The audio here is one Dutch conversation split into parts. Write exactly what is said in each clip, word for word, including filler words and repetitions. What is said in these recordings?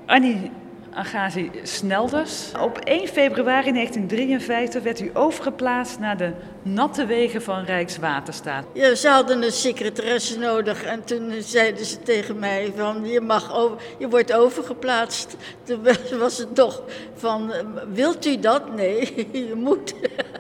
Annie Agassi Snelders. Op één februari negentien drieënvijftig werd u overgeplaatst naar de natte wegen van Rijkswaterstaat. Ja, ze hadden een secretaresse nodig en toen zeiden ze tegen mij van je, mag over, je wordt overgeplaatst. Toen was het toch van, wilt u dat? Nee, je moet.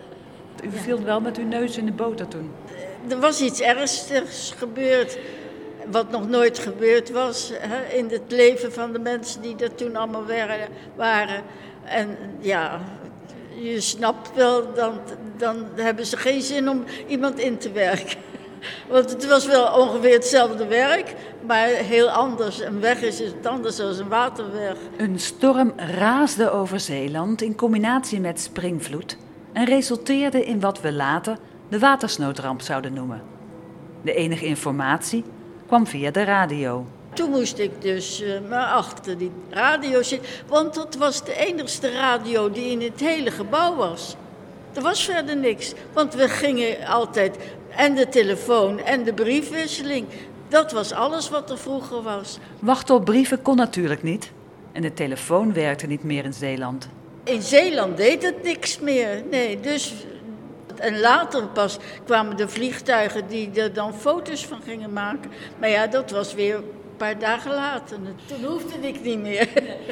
U viel wel met uw neus in de boter toen. Er was iets ernstigs gebeurd, wat nog nooit gebeurd was hè, in het leven van de mensen die er toen allemaal waren. En ja, je snapt wel, dan, dan hebben ze geen zin om iemand in te werken. Want het was wel ongeveer hetzelfde werk, maar heel anders. Een weg is het anders dan een waterweg. Een storm raasde over Zeeland in combinatie met springvloed en resulteerde in wat we later de watersnoodramp zouden noemen. De enige informatie kwam via de radio. Toen moest ik dus uh, maar achter die radio zitten, want dat was de enigste radio die in het hele gebouw was. Er was verder niks, want we gingen altijd, en de telefoon en de briefwisseling, dat was alles wat er vroeger was. Wachten op brieven kon natuurlijk niet en de telefoon werkte niet meer in Zeeland. In Zeeland deed het niks meer, nee, dus... En later pas kwamen de vliegtuigen die er dan foto's van gingen maken. Maar ja, dat was weer een paar dagen later. Toen hoefde ik niet meer.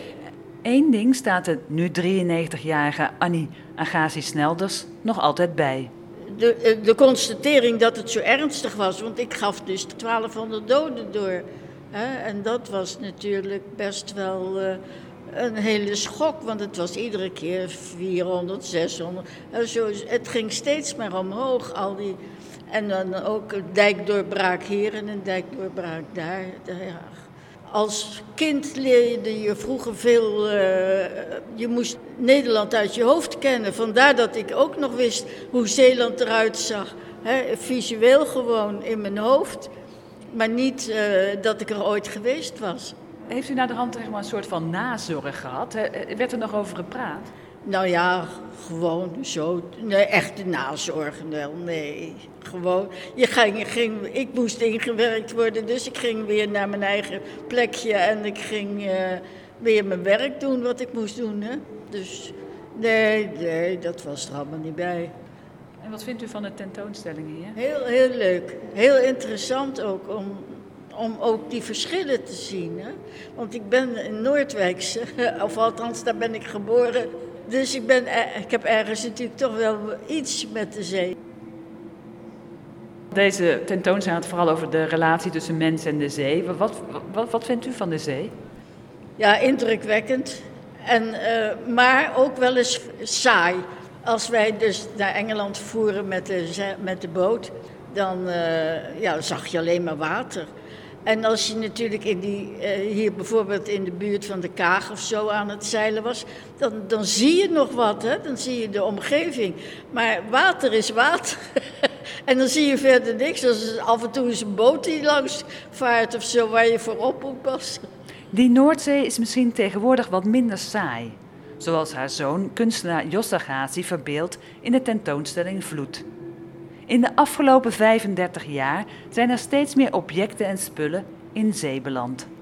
Eén ding staat de nu drieënnegentigjarige Annie Agassi Snelders nog altijd bij. De, de constatering dat het zo ernstig was, want ik gaf dus twaalfhonderd doden door. Hè? En dat was natuurlijk best wel... Uh, Een hele schok, want het was iedere keer vierhonderd, zeshonderd. Zo, het ging steeds maar omhoog. Al die, en dan ook een dijkdoorbraak hier en een dijkdoorbraak daar. Ja. Als kind leerde je vroeger veel... Uh, je moest Nederland uit je hoofd kennen. Vandaar dat ik ook nog wist hoe Zeeland eruit zag. Hè, visueel gewoon in mijn hoofd. Maar niet uh, dat ik er ooit geweest was. Heeft u naar de hand zeg maar, een soort van nazorg gehad? Werd er nog over gepraat? Nou ja, gewoon zo. Nee, echte nazorg, wel, nee. Gewoon. Je ging, ging, ik moest ingewerkt worden, dus ik ging weer naar mijn eigen plekje en ik ging uh, weer mijn werk doen wat ik moest doen. Hè? Dus nee, nee, dat was er allemaal niet bij. En wat vindt u van de tentoonstelling hier? Heel, heel leuk. Heel interessant ook om... Om ook die verschillen te zien. Hè? Want ik ben in Noordwijkse, of althans daar ben ik geboren. Dus ik, ben, ik heb ergens natuurlijk toch wel iets met de zee. Deze tentoonstelling gaat vooral over de relatie tussen mens en de zee. Wat, wat, wat vindt u van de zee? Ja, indrukwekkend. En, uh, maar ook wel eens saai. Als wij dus naar Engeland voeren met de, met de boot, dan uh, ja, zag je alleen maar water. En als je natuurlijk in die, uh, hier bijvoorbeeld in de buurt van de Kaag of zo aan het zeilen was, dan, dan zie je nog wat, hè? Dan zie je de omgeving. Maar water is water. En dan zie je verder niks. Als af en toe is een boot die langs vaart of zo waar je voor op moet passen. Die Noordzee is misschien tegenwoordig wat minder saai. Zoals haar zoon, kunstenaar Jos Agassi, verbeeldt in de tentoonstelling Vloed. In de afgelopen vijfendertig jaar zijn er steeds meer objecten en spullen in zee beland.